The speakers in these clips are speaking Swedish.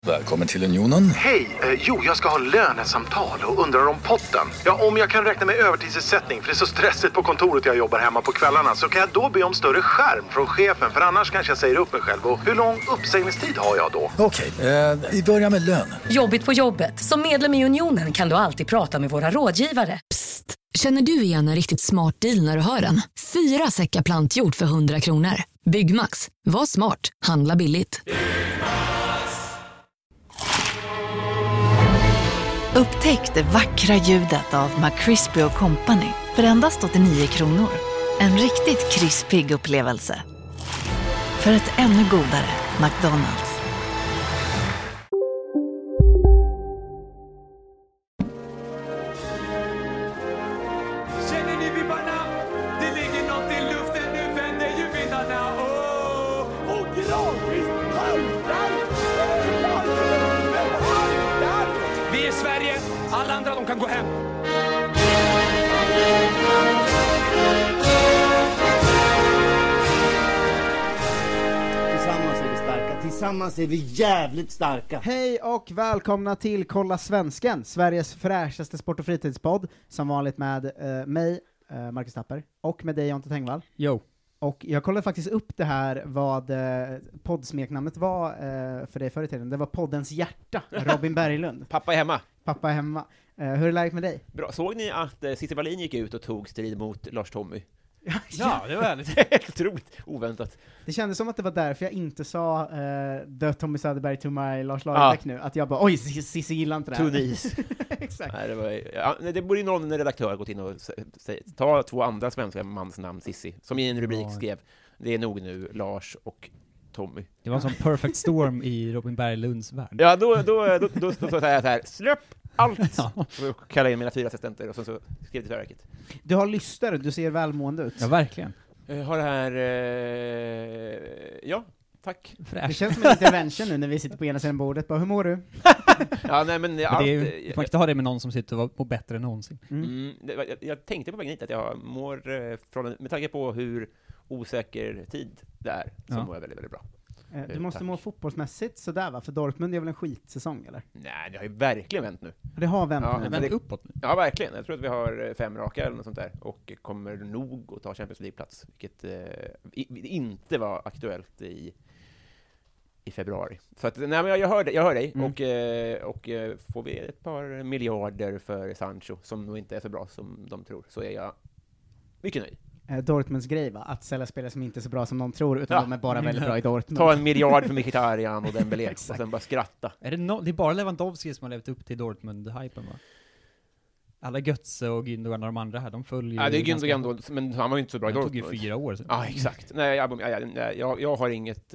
Välkommen till Unionen. Hej, jag ska ha lönesamtal och undrar om potten. Ja, om jag kan räkna med övertidsersättning för det är så stressigt på kontoret jag jobbar hemma på kvällarna, så kan jag då be om större skärm från chefen, för annars kanske jag säger upp mig själv. Och hur lång uppsägningstid har jag då? Okej, vi börjar med lön. Jobbigt på jobbet. Som medlem i Unionen kan du alltid prata med våra rådgivare. Psst! Känner du igen en riktigt smart deal när du hör den? 4 säckar plantjord för 100 kronor. Byggmax. Var smart. Handla billigt. Upptäck det vackra ljudet av McCrispy & Company för endast 89 kronor. En riktigt krispig upplevelse. För ett ännu godare McDonald's. Känner ni vibbarna? Det ligger något i luften, nu vänder ju vindarna. Och gradvis haltar. Vi är Sverige, alla andra de kan gå hem. Tillsammans är vi starka, tillsammans är vi jävligt starka. Hej och välkomna till Kolla Svensken, Sveriges fräschaste sport- och fritidspodd, som vanligt med mig, Marcus Tapper, och med dig, Jonte Tengvall. Jo. Och jag kollade faktiskt upp det här, vad poddsmeknamnet var för dig förr i tiden. Det var poddens hjärta, Robin Berglund. Pappa är hemma. Pappa är hemma. Hur är det läget med dig? Bra. Såg ni att Cissi Wallin gick ut och tog strid mot Lars Tommy? Ja, det var härligt. Helt otroligt oväntat. Det kändes som att det var därför jag inte sa The Tommy Söderberg to my Lars Lagerbäck nu. Att jag bara, oj, Cissi gillar inte det här. Tunis. Exakt. Nej, det borde ju någon redaktör gått in och ta 2 andra svenska mans namn, Cissi, som i en rubrik skrev, det är nog nu Lars och Tommy. Det var en sån perfect storm i Robin Berglunds värld. Ja, då sa jag så här, släpp allt! Så kallade jag in mina 4 assistenter och så skrev till Tvärverket. Du har lyster, du ser välmående ut. Ja, verkligen. Jag har det här, ja, tack. Fräsch. Det känns som en intervention nu när vi sitter på ena sidan bordet. Bara, hur mår du? Ja, nej, men det är ju, man kan inte ha det med någon som sitter och mår bättre än någonsin. Jag tänkte på vägen hit att jag mår, med tanke på hur osäker tid det är, så mår jag väldigt, väldigt bra. Du måste må fotbollsmässigt sådär, va? För Dortmund är väl en skitsäsong, eller? Nej, det har ju verkligen vänt nu. Det har vänt nu. Det vänt uppåt nu. Ja, verkligen. Jag tror att vi har 5 raka eller något sånt där. Och kommer nog att ta Champions League-plats. Vilket inte var aktuellt i februari. Så att, nej, men jag hör dig. Och får vi ett par miljarder för Sancho, som nog inte är så bra som de tror, så är jag mycket nöjd. Dortmunds grej, va? Att sälja spelare som inte är så bra som de tror, utan de är bara väldigt bra i Dortmund. Ta 1 miljard för Mkhitaryan och Dembélé och sen bara skratta. Är det är bara Lewandowski som har levt upp till Dortmund-hypen, va? Alla Götze och Gündogan och de andra här, de följer. Ja, det är Gündogan då, men han var ju inte så bra i Dortmund. Det tog ju 4 år sedan. Ja, exakt. Nej, jag har inget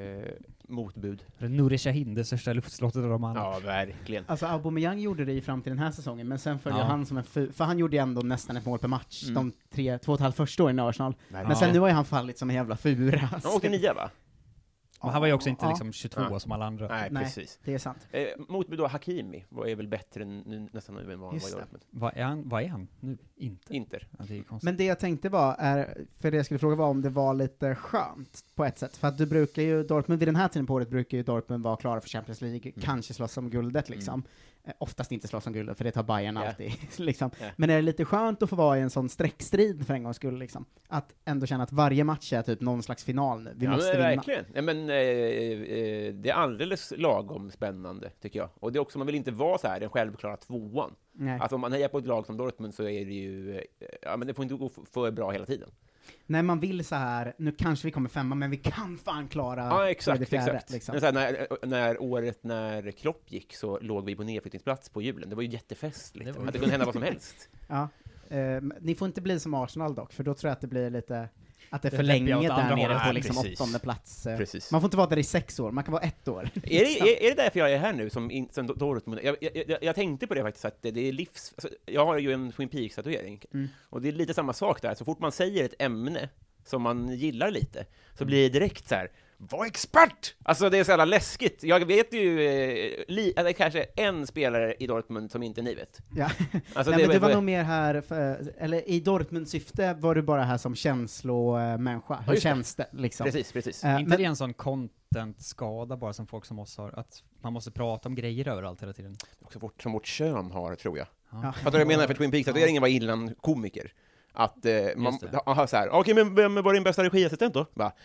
motbud. Nouri Sahin, det största luftslottet av de andra. Ja, verkligen. Alltså Aubameyang gjorde det ju fram till den här säsongen, men sen följde han som för han gjorde ju ändå nästan ett mål per match de 2,5 första åren i Arsenal. Men sen nu har ju han fallit som en jävla fura. Han åkte 9, va? Men han var ju också inte liksom 22 som alla andra. Nej, precis. Det är sant. Motbud då, Hakimi är väl bättre nästan nu än vad han var i Dortmund. Vad är han nu? Inter. Ja, det är konstigt. Men det jag tänkte för det jag skulle fråga var om det var lite skönt på ett sätt. För att du brukar ju, Dortmund vid den här tiden på året brukar ju Dortmund vara klara för Champions League, kanske slåss om guldet liksom. Oftast inte slåss om guldet, för det tar Bayern alltid. Liksom. Men är det lite skönt att få vara i en sån streckstrid för en gångs skull liksom? Att ändå känna att varje match är typ någon slags final nu. Vi måste vinna. Verkligen. Ja, men det är alldeles lagom spännande, tycker jag. Och det är också, man vill inte vara så här den självklara 2:an. Alltså om man hejar på ett lag som Dortmund så är det ju, men det får inte gå för bra hela tiden. Nej, man vill så här, nu kanske vi kommer 5, men vi kan fan klara exakt. Liksom. Men så här, när året när Klopp gick så låg vi på nedflyttningsplats på julen. Det var ju jättefestligt. Att det kunde hända vad som helst. Ja. Ni får inte bli som Arsenal dock, för då tror jag att det blir lite att det är för länge där nere på liksom 8:e plats. Man får inte vara där i 6 år, man kan vara 1 år. Är det därför jag är här nu som Dortmund? Jag tänkte på det faktiskt, att det är alltså, jag har ju en Twin Peaks-tatuering. Och det är lite samma sak där. Så fort man säger ett ämne som man gillar lite, så blir det direkt så här: var expert! Alltså det är så jävla läskigt. Jag vet ju att det kanske är en spelare i Dortmund som inte ni vet. Ja. Alltså, nej, men du var nog mer här, eller i Dortmunds syfte var du bara här som känslomänniska. Hur känns det liksom? Precis. Inte det en sån content-skada bara som folk som oss har. Att man måste prata om grejer överallt hela tiden. Också som vårt kön har, tror jag. Ja. Fattar du vad jag menar? För Twin Peaks-tatueringen var innan komiker. Att man har så här, okej, men vem var din bästa regiassistent då? Bara,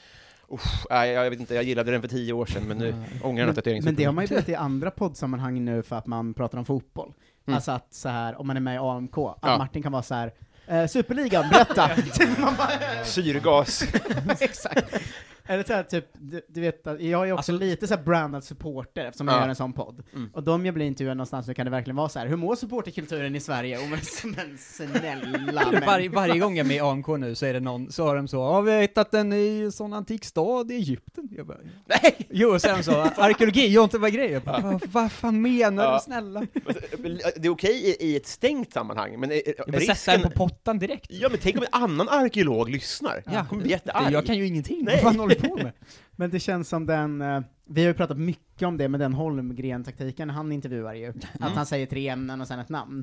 jag vet inte, jag gillade den för 10 år sedan, men nu ångrar jag tatueringen. Men det har man ju blivit i andra poddsammanhang nu för att man pratar om fotboll. Alltså att så här, om man är med i AMK, att Martin kan vara så här, Superligan, berätta! Man bara, syrgas. Exakt. Eller så här, typ, du vet, jag är också lite så här brandad supporter eftersom jag gör en sån podd. Och de jag blir intervjuad någonstans så kan det verkligen vara så här, hur mår supporterkulturen i Sverige? Och men snälla Varje gång jag är med i AMK nu så är det någon, så har de så, vi har hittat en i sån antik stad i Egypten. Jag bara, nej! Jo, så är de så, arkeologi, jag inte vad grejer. Vad fan menar du, snälla? Det är okej i ett stängt sammanhang, men sätta en på pottan direkt. Ja, men tänk om en annan arkeolog lyssnar. Ja, kommer bli jättearg. Jag kan ju ingenting. Nej. Vad håller på med? Men det känns som vi har ju pratat mycket om det med den Holmgren-taktiken han intervjuar ju. Att han säger 3 ämnen och sen ett namn.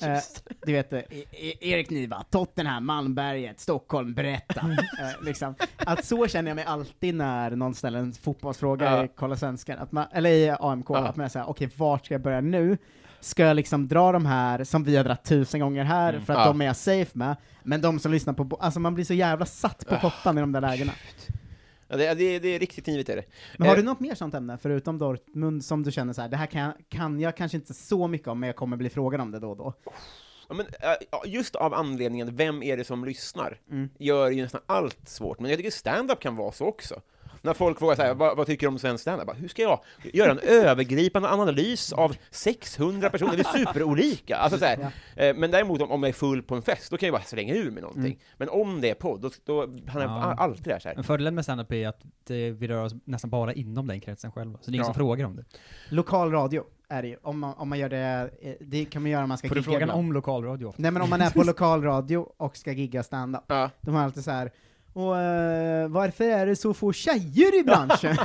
Du vet, Erik Niva, Tottenham, Malmberget, Stockholm, berätta. Liksom. Att så känner jag mig alltid när någon ställer en fotbollsfråga i Kolla Svenskan, eller i AMK, att man säger, okej, vart ska jag börja nu? Ska jag liksom dra de här som vi har dragit 1000 gånger här för att de är jag safe med, men de som lyssnar på, alltså man blir så jävla satt på pottan i de där lägena. Ja, det är riktigt knivigt är det. Men har du något mer sånt ämne förutom Dortmund som du känner så här, det här kan jag kanske inte så mycket om, men jag kommer bli frågad om det då och då? Ja, men just av anledningen, vem är det som lyssnar, gör ju nästan allt svårt. Men jag tycker stand-up kan vara så också. När folk frågar så här, vad tycker du om svensk stand-up? Hur ska jag göra en övergripande analys av 600 personer? Det är superolika. Alltså så här. Men däremot om jag är full på en fest, då kan jag bara slänga ur med någonting. Men om det är podd, då han är alltid där så här. Men fördelen med stand-up är att vi rör oss nästan bara inom den kretsen själva. Så det är ingen som frågar om det. Lokalradio är det ju. Om man gör det kan man göra om man ska gigga. Får du frågan om lokalradio? Nej, men om man är på lokalradio och ska gigga stand-up, de har alltid så här. Och varför är det så få tjejer i branschen?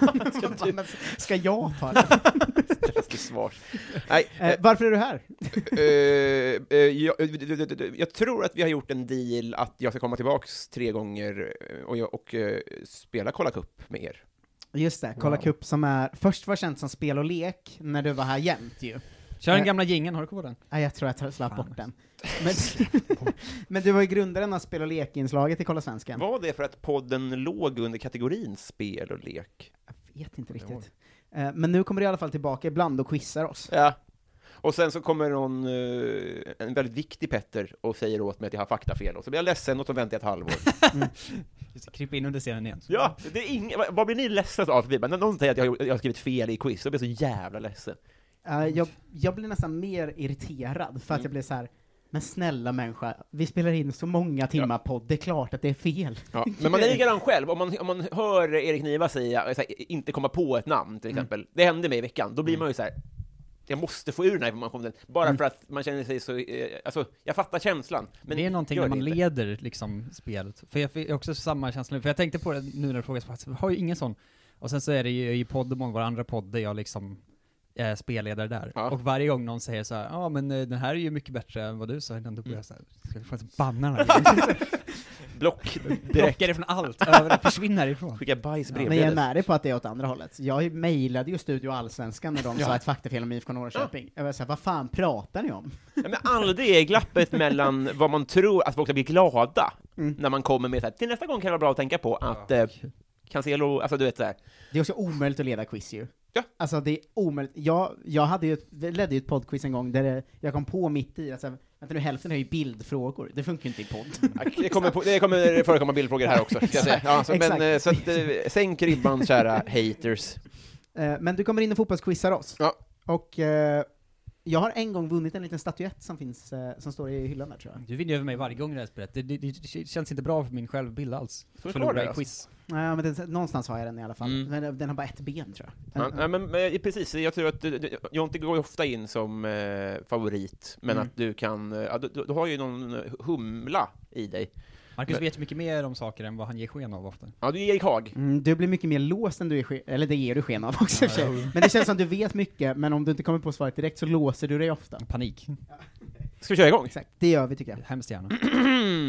Ska jag ta det? Det är svårt. Nej, varför är du här? Jag tror att vi har gjort en deal att jag ska komma tillbaks 3 gånger och spela Kolla Cup med er. Just det, Kolla Cup som är först var känt som spel och lek när du var här jämt ju. Kör den gamla jingeln, har du kvar den? Nej, jag tror att jag slapp bort den. Men du var ju grundaren av spel och lek-inslaget i Kolla Svenskan. Var det för att podden låg under kategorin spel och lek? Jag vet inte riktigt. Men nu kommer du i alla fall tillbaka ibland och quizar oss. Ja. Och sen så kommer en väldigt viktig Petter och säger åt mig att jag har faktafel. Och så blir jag ledsen och så väntar jag ett halvår. Krypa in under scenen igen. Ja, det är vad blir ni ledsen av? När någon säger att jag har skrivit fel i quiz, så blir jag så jävla ledsen. Jag blir nästan mer irriterad för att jag blir så här. Men snälla människa, vi spelar in så många timmar podd, det är klart att det är fel. Ja. Men man är likadan själv, om man hör Erik Niva säga inte komma på ett namn till exempel, det hände mig i veckan, då blir man ju så här. Jag måste få ur den här informationen, bara för att man känner sig så, alltså, jag fattar känslan. Men det är någonting när man leder liksom spelet. För jag har också samma känsla, för jag tänkte på det nu när du frågade, jag har ju ingen sån. Och sen så är det ju i podden, våra andra podd, där jag liksom spelledare där. Ja. Och varje gång någon säger så här, men den här är ju mycket bättre än vad du sa, då blir jag så här, ska du få en banna block blockar det från allt, över försvinner ifrån. Skicka bajsbrev. Men jag är med dig på att det är åt andra hållet. Jag mejlade ju Studio Allsvenskan när de sa ett faktafel om IFK Norrköping. Jag var så här, vad fan pratar ni om? Ja, men aldrig är glappet mellan vad man tror att folk ska bli glada när man kommer med så här, till nästa gång kan det vara bra att tänka på att Cancelo, alltså du vet så här. Det är också omöjligt att leda quiz ju. Ja. Alltså det är omöjligt. Jag ledde ju ett poddquiz en gång där jag kom på mitt i, alltså, vänta nu, hälften är ju bildfrågor. Det funkar ju inte i podd. Det kommer förekomma bildfrågor här också. Ska jag säga. Ja, men så att, sänk ribban, kära haters. Men du kommer in och fotbollsquizar oss. Ja. Och jag har en gång vunnit en liten statyett som finns, som står i hyllan där, tror jag. Du vinner över mig varje gång i det här spelet. Det känns inte bra för min självbild alls. Förlora i quiz. Ja, men någonstans har jag den i alla fall. Men den har bara ett ben, tror jag. Ja, men precis, jag tror att Jonte går ju ofta in som favorit, men att du kan, du har ju någon humla i dig. Marcus vet mycket mer om saker än vad han ger sken av ofta. Ja, du är Erik Haag. Du blir mycket mer låst än du är eller det ger du sken av också. Men det känns som du vet mycket, men om du inte kommer på svaret direkt så låser du dig ofta. Panik. Ska vi köra igång? Exakt, det gör vi tycker jag. Hemskt gärna.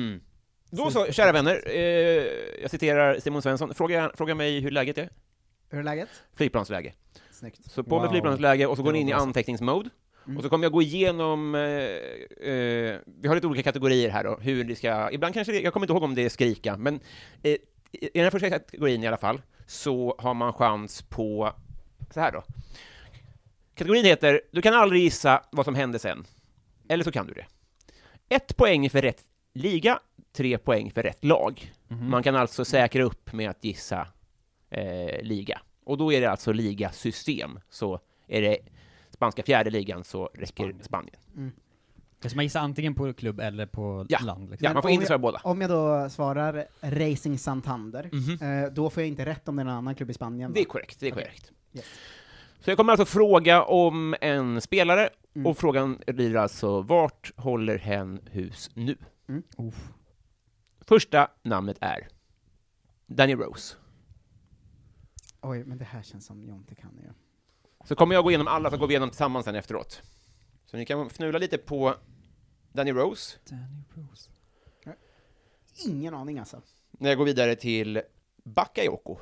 Då så, kära vänner, jag citerar Simon Svensson. Fråga mig hur läget är. Hur är läget? Flygplansläge. Snyggt. Så på med flygplansläge och så går ni in i anteckningsmode. Mm. Och så kommer jag gå igenom, vi har lite olika kategorier här då, hur det ska, ibland kanske, jag kommer inte ihåg om det är skrika, men i den här första kategorin i alla fall, så har man chans på, så här då. Kategorin heter, du kan aldrig gissa vad som hände sen. Eller så kan du det. 1 poäng för rätt liga, 3 poäng för rätt lag. Man kan alltså säkra upp med att gissa liga. Och då är det alltså ligasystem. Så är det spanska fjärde ligan så räcker Spanien. Det ska man gissa antingen på klubb eller på land. Liksom. Ja, man får inte svara båda. Om jag då svarar Racing Santander, då får jag inte rätt om det är någon annan klubb i Spanien. Va? Det är korrekt, det är korrekt. Yes. Så jag kommer alltså fråga om en spelare, och frågan blir alltså, vart håller hen hus nu? Första namnet är Danny Rose. Oj, men det här känns som Jonte kan ju. Så kommer jag gå igenom alla, så går vi igenom tillsammans sen efteråt. Så ni kan fnula lite på Danny Rose. Ingen aning alltså. När jag går vidare till Bakayoko.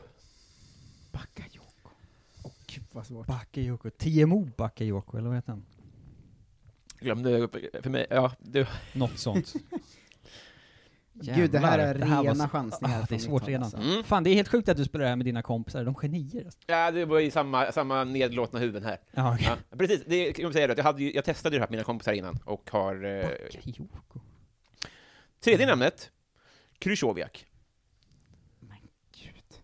Gud vad svårt. Bakayoko. TMO Bakayoko, eller vad heter han? Glömde för mig, ja. Något sånt. Gud, det här är rena så, chansningar. det är svårt redan. Alltså. Fan, det är helt sjukt att du spelar det här med dina kompisar. De genier. Alltså. Ja, det var ju samma nedlåtna huvuden här. Ja, okay. Ja, precis, det kan jag säga att jag testade det här med mina kompisar innan och har... Bakayoko. Tredje namnet, Krychowiak. Men gud.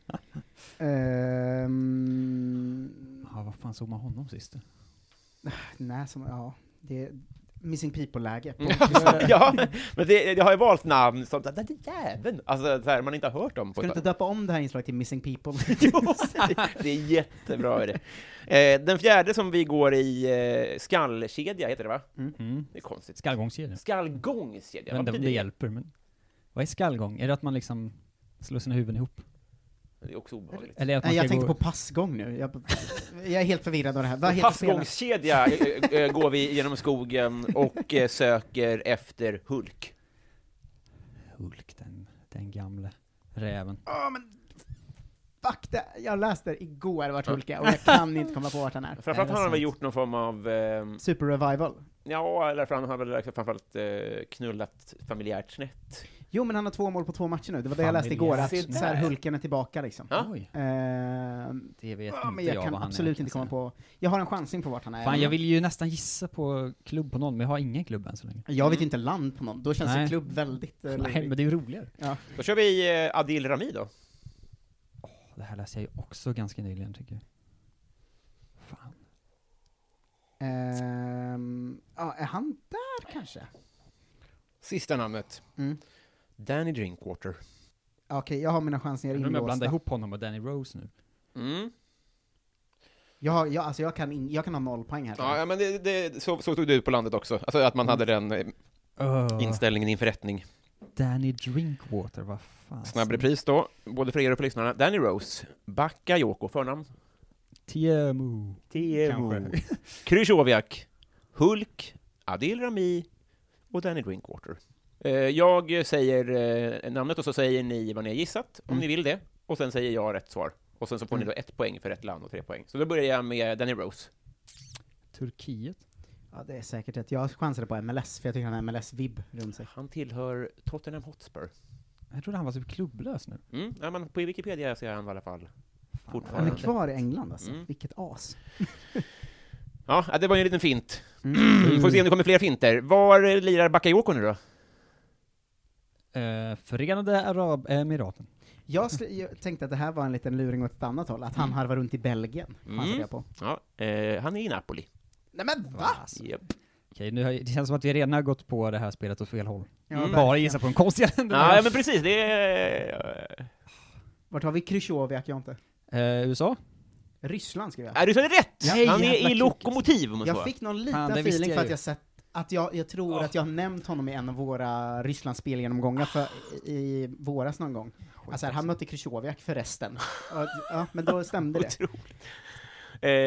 Ja, vad fan såg man honom sist? Nej, det är Missing People-läge. Ja, men det har ju valt namn som den jäveln, alltså så här, man inte har hört om. Ska du inte döpa om det här inslaget till Missing People? Jo, det är jättebra det. Den fjärde som vi går i skallkedja heter det, va? Det är konstigt. Skallgångskedja. Skallgångskedja. Men det hjälper, men vad är skallgång? Är det att man liksom slår sina huvuden ihop? Det är också obehagligt. Eller att man jag ska tänker på passgång nu. Jag är helt förvirrad av det här. Vad heter passgångskedja går vi genom skogen och söker efter Hulk. Hulk, den gamla räven. Men fuck det. Jag läste igår vart Hulk är och jag kan inte komma på vart han är. Framförallt har han väl gjort någon form av... Super Revival. Ja, eller han har väl framförallt knullat familjärt snett. Jo, men han har 2 mål på 2 matcher nu. Det var det jag läste igår, att så här, Hulken är tillbaka liksom. Oj. Det vet inte men jag kan vad absolut han är, inte komma på. Jag har en chansning på vart han är. Fan, jag vill ju nästan gissa på klubb på någon, men jag har ingen klubb än så länge. Jag vet inte land på någon. Då känns Nej. ju klubb väldigt... Nej, men det är ju roligare. Ja. Då kör vi Adil Rami då. Det här läser jag ju också ganska nyligen, tycker jag. Fan. Är han där kanske? Sista namnet. Danny Drinkwater. Okej, jag har mina chansningar inlåsta. Jag blandar ihop honom och Danny Rose nu. Jag kan ha 0 poäng här. Ja, men så tog du ut på landet också. Alltså att man hade den inställningen inför rättning. Danny Drinkwater, vad fan. Snabb repris då, både för er och för lyssnarna. Danny Rose, Bakayoko, förnamn. TMO. Krychowiak, Hulk, Adil Rami och Danny Drinkwater. Jag säger namnet och så säger ni vad ni har gissat, om ni vill det. Och sen säger jag rätt svar. Och sen så får ni då 1 poäng för rätt land och 3 poäng. Så då börjar jag med Danny Rose. Turkiet? Ja, det är säkert rätt. Jag chansade på MLS, för jag tycker han har MLS-vibb runt sig. Han tillhör Tottenham Hotspur. Jag trodde han var typ klubblös nu. Ja, men på Wikipedia ser han i alla fall Han är kvar i England alltså. Vilket as. Ja, det var ju en liten fint. Vi får se om det kommer fler finter. Var lirar Bakayoko nu då? Förenade Arabemiraten. Jag tänkte att det här var en liten luring åt ett annat håll, att han harvar runt i Belgien. Jag på. Ja, han är i Napoli. Nej men va? Yep. Okej, det känns som att vi redan har gått på det här spelet åt fel håll. Ja, bara gissa på en konstiga länder. Ja, men precis, det är... Vart har vi Krychowiak, jag inte? USA? Ryssland ska jag. Är du så rätt? Nej, han är i Lokomotiv. Jag fick någon liten feeling för att jag sett att jag tror att jag har nämnt honom i en av våra Rysslands-spelgenomgångar i våras någon gång. Alltså han mötte Krychowiak förresten. Ja, men då stämde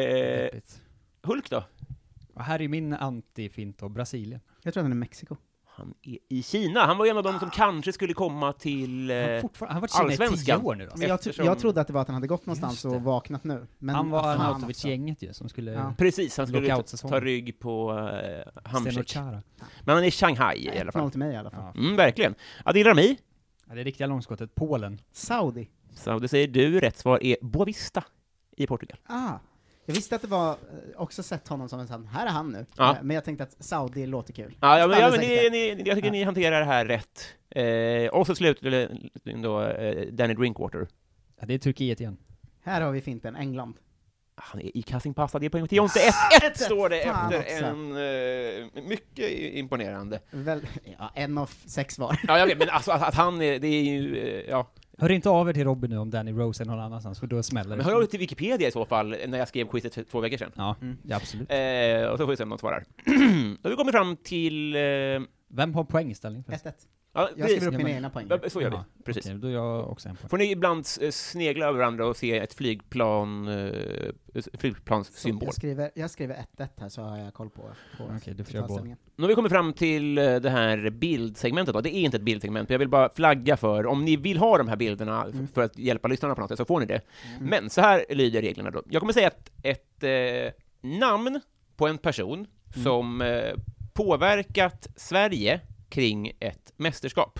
det. Hulk då? Och här är min anti-fint och Brasilien. Jag tror att han är Mexiko. Han är i Kina. Han var en av dem som kanske skulle komma till Han har varit i Kina i 10 år nu. Då. Men jag trodde att det var att han hade gått någonstans och vaknat nu. Men han var Arnautovic-gänget ju, som skulle... Precis, han skulle ta rygg på Hamsik. Men han är i Shanghai i alla fall. Till mig i alla fall. Verkligen. Adil Rami. Ja, det är riktiga långskottet. Polen. Saudi säger du. Rätt svar är Boavista i Portugal. Jag visste att det var, också sett honom som en sån, här är han nu. Men jag tänkte att Saudi låter kul. Men jag tycker ni hanterar det här rätt. Och så slutligen då Danny Drinkwater. Ja, det är Turkiet igen. Här har vi finten, England. Han är i Kassingpassa, det är poäng till Jonte. 1-1 står det efter en mycket imponerande. En av 6 var. Ja, jag vet, men alltså att han är, det är ju, Hör inte av er till Robin nu om Danny Rose är någon annanstans, för då smäller det. Men hör av er till Wikipedia i så fall, när jag skrev quizet för 2 veckor sedan. Ja, absolut. Och så får vi se om någon svarar. Då har vi kommit fram till... Vem har poängställning? 1-1. Ja, jag skriver upp mina egna poäng. Så gör vi, precis. Okej, då är jag också en poäng. Får ni ibland snegla över varandra och se ett flygplanssymbol? Jag skriver 1-1 här, så har jag koll på Okej, du får göra båda. Nu har vi kommit fram till det här bildsegmentet då. Det är inte ett bildsegment, men jag vill bara flagga för, om ni vill ha de här bilderna för att hjälpa lyssnarna på något sätt, så får ni det. Men så här lyder reglerna då. Jag kommer säga ett namn på en person som påverkat Sverige kring ett mästerskap.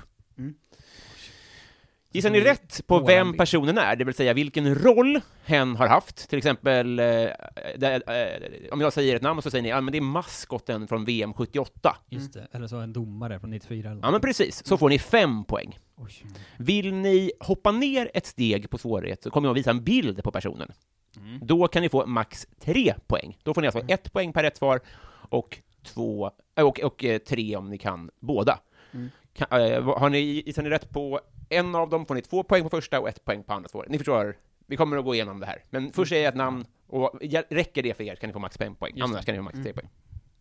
Gissar ni rätt på vem personen är, det vill säga vilken roll hen har haft? Till exempel, om jag säger ett namn så säger ni, men det är maskotten från VM 78. Just det, eller så en domare från 94. Eller ja, men precis. Så får ni 5 poäng. Vill ni hoppa ner ett steg på svårighet så kommer jag visa en bild på personen. Då kan ni få max 3 poäng. Då får ni alltså 1 poäng per rätt svar och 3 om ni kan båda. Har ni gissat rätt på en av dem får ni 2 poäng på första och 1 poäng på andra svåret. Ni förstår, vi kommer att gå igenom det här. Men först säger jag ett namn, och räcker det för er kan ni få max 5 poäng. Annars kan ni få max 3 poäng.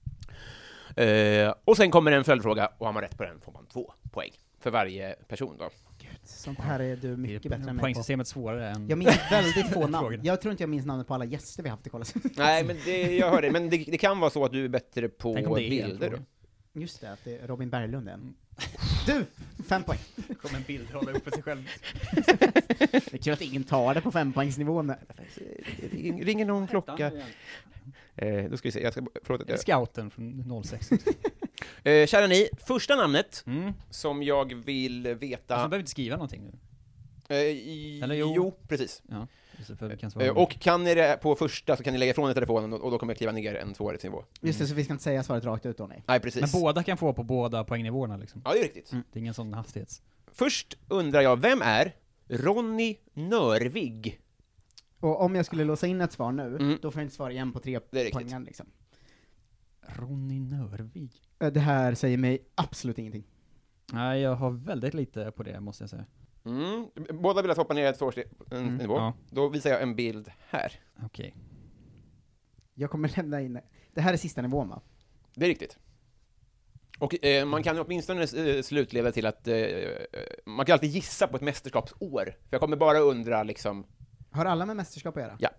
Och sen kommer en följdfråga, och har man rätt på den får man 2 poäng för varje person då. Sånt här är du mycket bättre än mig på. Poängsystemet svårare än... Jag minns väldigt få namn. Jag tror inte jag minns namnet på alla gäster vi haft i Kollas. Nej, men jag hör det. Men det kan vara så att du är bättre på bilder då. Just det, att det är Robin Berglund än. Du! 5 poäng. Kommer en bild hålla upp för sig själv. Det är kul att ingen tar det på 5-poängsnivån. Ringer någon klocka? Då ska vi se. Jag ska, Scouten från 06. Kära ni, första namnet som jag vill veta... Alltså, du behöver inte skriva någonting nu. Eller jo, precis. Ja, och kan ni det på första så kan ni lägga ifrån telefonen och då kommer jag kliva ner en svårighetsnivå. Just det, så vi ska inte säga svaret rakt ut då, nej. Nej, precis. Men båda kan få på båda poängnivåerna liksom. Ja, det är riktigt. Det är ingen sån hastighets. Först undrar jag, vem är Ronny Nörvig? Och om jag skulle låsa in ett svar nu, då får jag inte svara igen på 3 poängen liksom. Ronny Nörvig? Det här säger mig absolut ingenting. Nej, jag har väldigt lite på det, måste jag säga. Båda vill hoppa ner ett nivå. Ja. Då visar jag en bild här. Okej. Jag kommer lämna in... Det här är sista nivån, va? Det är riktigt. Och man kan åtminstone slutleda till att man kan alltid gissa på ett mästerskapsår. För jag kommer bara undra liksom... Har alla med mästerskap att göra? Ja.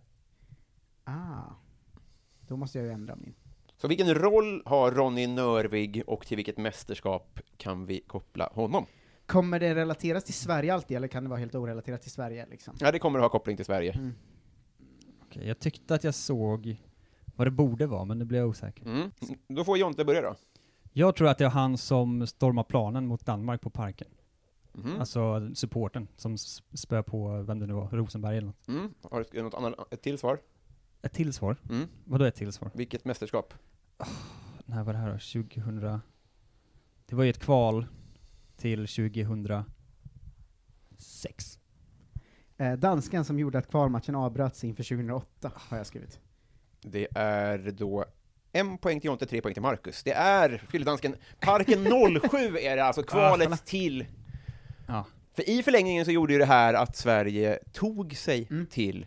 Då måste jag ju ändra min. Så vilken roll har Ronny Nörvig och till vilket mästerskap kan vi koppla honom? Kommer det relateras till Sverige alltid, eller kan det vara helt orelaterat till Sverige liksom? Ja, det kommer att ha koppling till Sverige. Okej, jag tyckte att jag såg vad det borde vara, men nu blir jag osäker. Då får Jonte börja då. Jag tror att det är han som stormar planen mot Danmark på parken. Alltså supporten som spör på, vem det nu var, Rosenberg eller något. Har du något annat, ett till svar? Ett till svar? Vadå ett till svar? Vilket mästerskap? När var det här då? 2000... Det var ju ett kval till 2006. Danskan som gjorde att kvalmatchen avbröts inför 2008 har jag skrivit. Det är då 1 poäng till Jonte, 3 poäng till Marcus. Det är Fylledansken Parken 07 är det alltså kvalet till. Ja. För i förlängningen så gjorde ju det här att Sverige tog sig till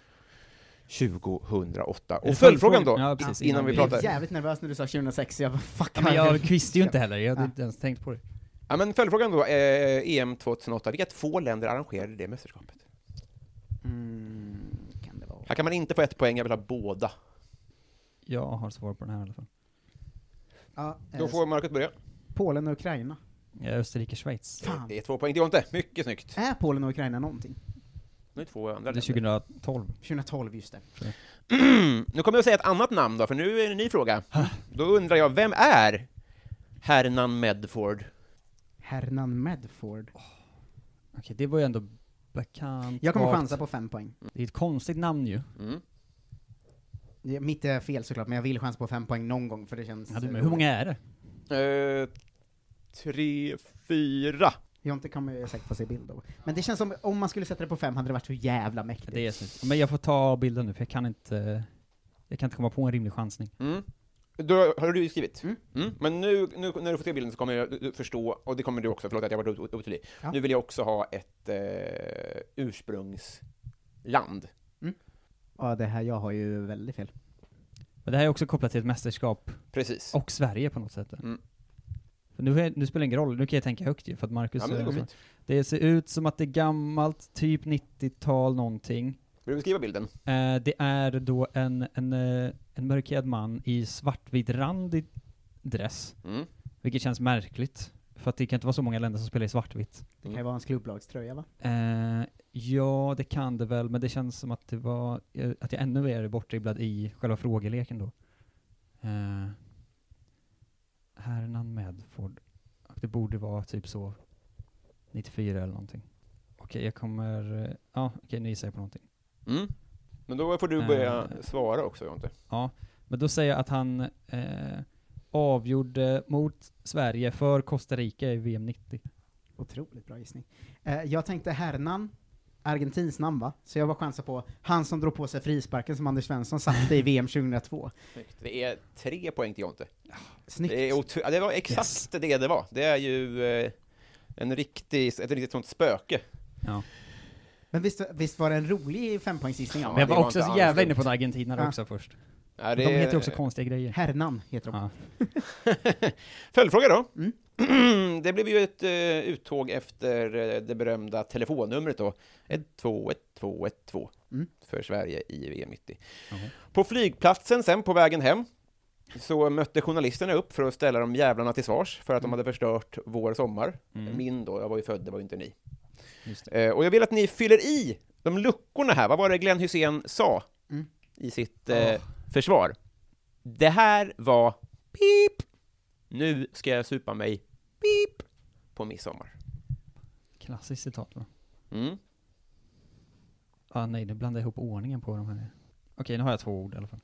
2008. Och följdfrågan då, innan vi pratar. Jag blev jävligt nervös när du sa 2006. Jag bara, fuck. Men jag visste ju inte heller, jag hade inte ens tänkt på det. Ja, men följdfrågan då, EM 2008. Vilka 2 länder arrangerade det mästerskapet? Kan det vara? Här kan man inte få 1 poäng, jag vill ha båda. Jag har svar på den här i alla fall. Då får Marcus börja. Polen och Ukraina. Österrike, Schweiz. Fan. Det är 2 poäng till Jonte. Mycket snyggt. Är Polen och Ukraina någonting? Nu är 2 andra. Det är 2012. 2012, just det. Nu kommer jag att säga ett annat namn då, för nu är det en ny fråga. Då undrar jag, vem är Hernan Medford? Hernan Medford. Okej, det var ju ändå bekant. Jag kommer chansa på 5 poäng. Det är ett konstigt namn ju. Mitt är fel såklart, men jag vill chansa på 5 poäng någon gång, för det känns... Ja, hur många är det? 3, 4. Jag inte kommer säkert få se bild då. Men det känns som, om man skulle sätta det på 5 hade det varit så jävla mäktigt. Det är så. Men jag får ta bilden nu, för jag kan inte komma på en rimlig chansning. Då har du skrivit. Men nu när du får se bilden så kommer jag förstå, och det kommer du också, förlåt att jag var otydlig. Ja. Nu vill jag också ha ett ursprungsland. Ja, det här, jag har ju väldigt fel. Men det här är också kopplat till ett mästerskap. Precis. Och Sverige på något sätt. För nu spelar det ingen roll, nu kan jag tänka högt ju, för att Marcus... Ja, men det går fint. Det ser ut som att det är gammalt, typ 90-tal någonting. Vill du beskriva bilden? Det är då en mörkhyad man i svartvit randig dress. Vilket känns märkligt. För att det kan inte vara så många länder som spelar i svartvitt. Det kan ju vara hans klubblagströja, va? Ja, det kan det väl, men det känns som att det var att jag ännu är bortdribblad i själva frågeleken då. Hernan Medford. Det borde vara typ så 94 eller någonting. Okej, jag kommer... nu gissar jag på någonting. Men då får du börja svara också, Jonte. Ja, men då säger jag att han avgjorde mot Sverige för Costa Rica i VM 90. Otroligt bra gissning. Jag tänkte Hernan, Argentins namn, va? Så jag var chansar på han som drog på sig frisparken som Anders Svensson satte i VM 2002. Snyggt. Det är 3 poäng till Jonte. Snyggt. Det var exakt det var. Det är ju ett riktigt sånt spöke. Ja. Men visst var det en rolig 5-poängsgissning? Ja, men jag var också så jävla inne på Argentina också först. Ja, de heter ju också konstiga grejer. Hernan heter de. Ja. Följdfråga då. Det blev ju ett uttåg efter det berömda telefonnumret då. 12112 för Sverige i VM 90. På flygplatsen sen på vägen hem så mötte journalisterna upp för att ställa de jävlarna till svars för att de hade förstört vår sommar. Min då, jag var ju född, det var ju inte ni. Och jag vill att ni fyller i de luckorna här. Vad var det Glenn Hysén sa i sitt försvar? Det här var pip. Nu ska jag supa mig pip på midsommar. Klassiskt citat, va? Nej, nu blandar jag ihop ordningen på de här. Okej, nu har jag 2 ord i alla fall.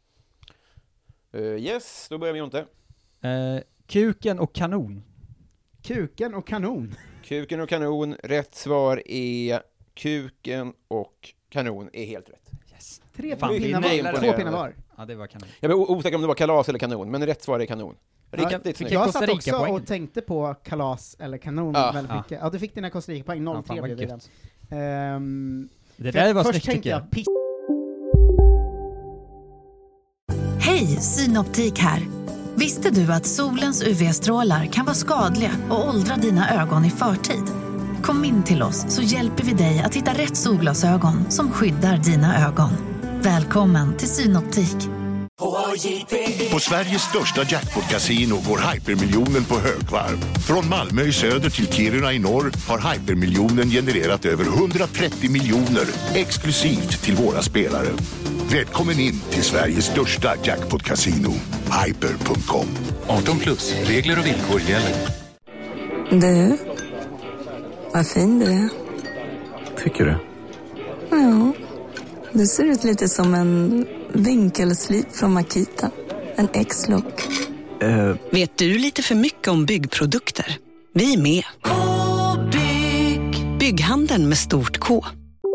Yes, då börjar vi Jonte. Kuken och kanon. Kuken och kanon. Kuken och kanon. Rätt svar är kuken och kanon är helt rätt. Yes. 3 pinnar var. 2 pinnar var. Ja, det var kanon. Jag var osäker om det var kalas eller kanon, men rätt svar är kanon. Riktigt snyggt. Jag satt också och tänkte på kalas eller kanon väldigt mycket. Ja, du fick dina Costa Rica-poäng. 0-3 blev det den. Det där var först tänkte jag Hej, Synoptik här. Visste du att solens UV-strålar kan vara skadliga och åldra dina ögon i förtid? Kom in till oss så hjälper vi dig att hitta rätt solglasögon som skyddar dina ögon. Välkommen till Synoptik. På Sveriges största jackpot-casino går hypermiljonen på högvarv. Från Malmö i söder till Kiruna i norr har hypermiljonen genererat över 130 miljoner exklusivt till våra spelare. Välkommen in till Sveriges största jackpot-casino, hyper.com. 18+, regler och villkor gäller. Du, vad fin du är. Tycker du? Ja, du ser ut lite som en vinkelslip från Makita. En X-look. Vet du lite för mycket om byggprodukter? Vi är med. Bygghandeln med stort K.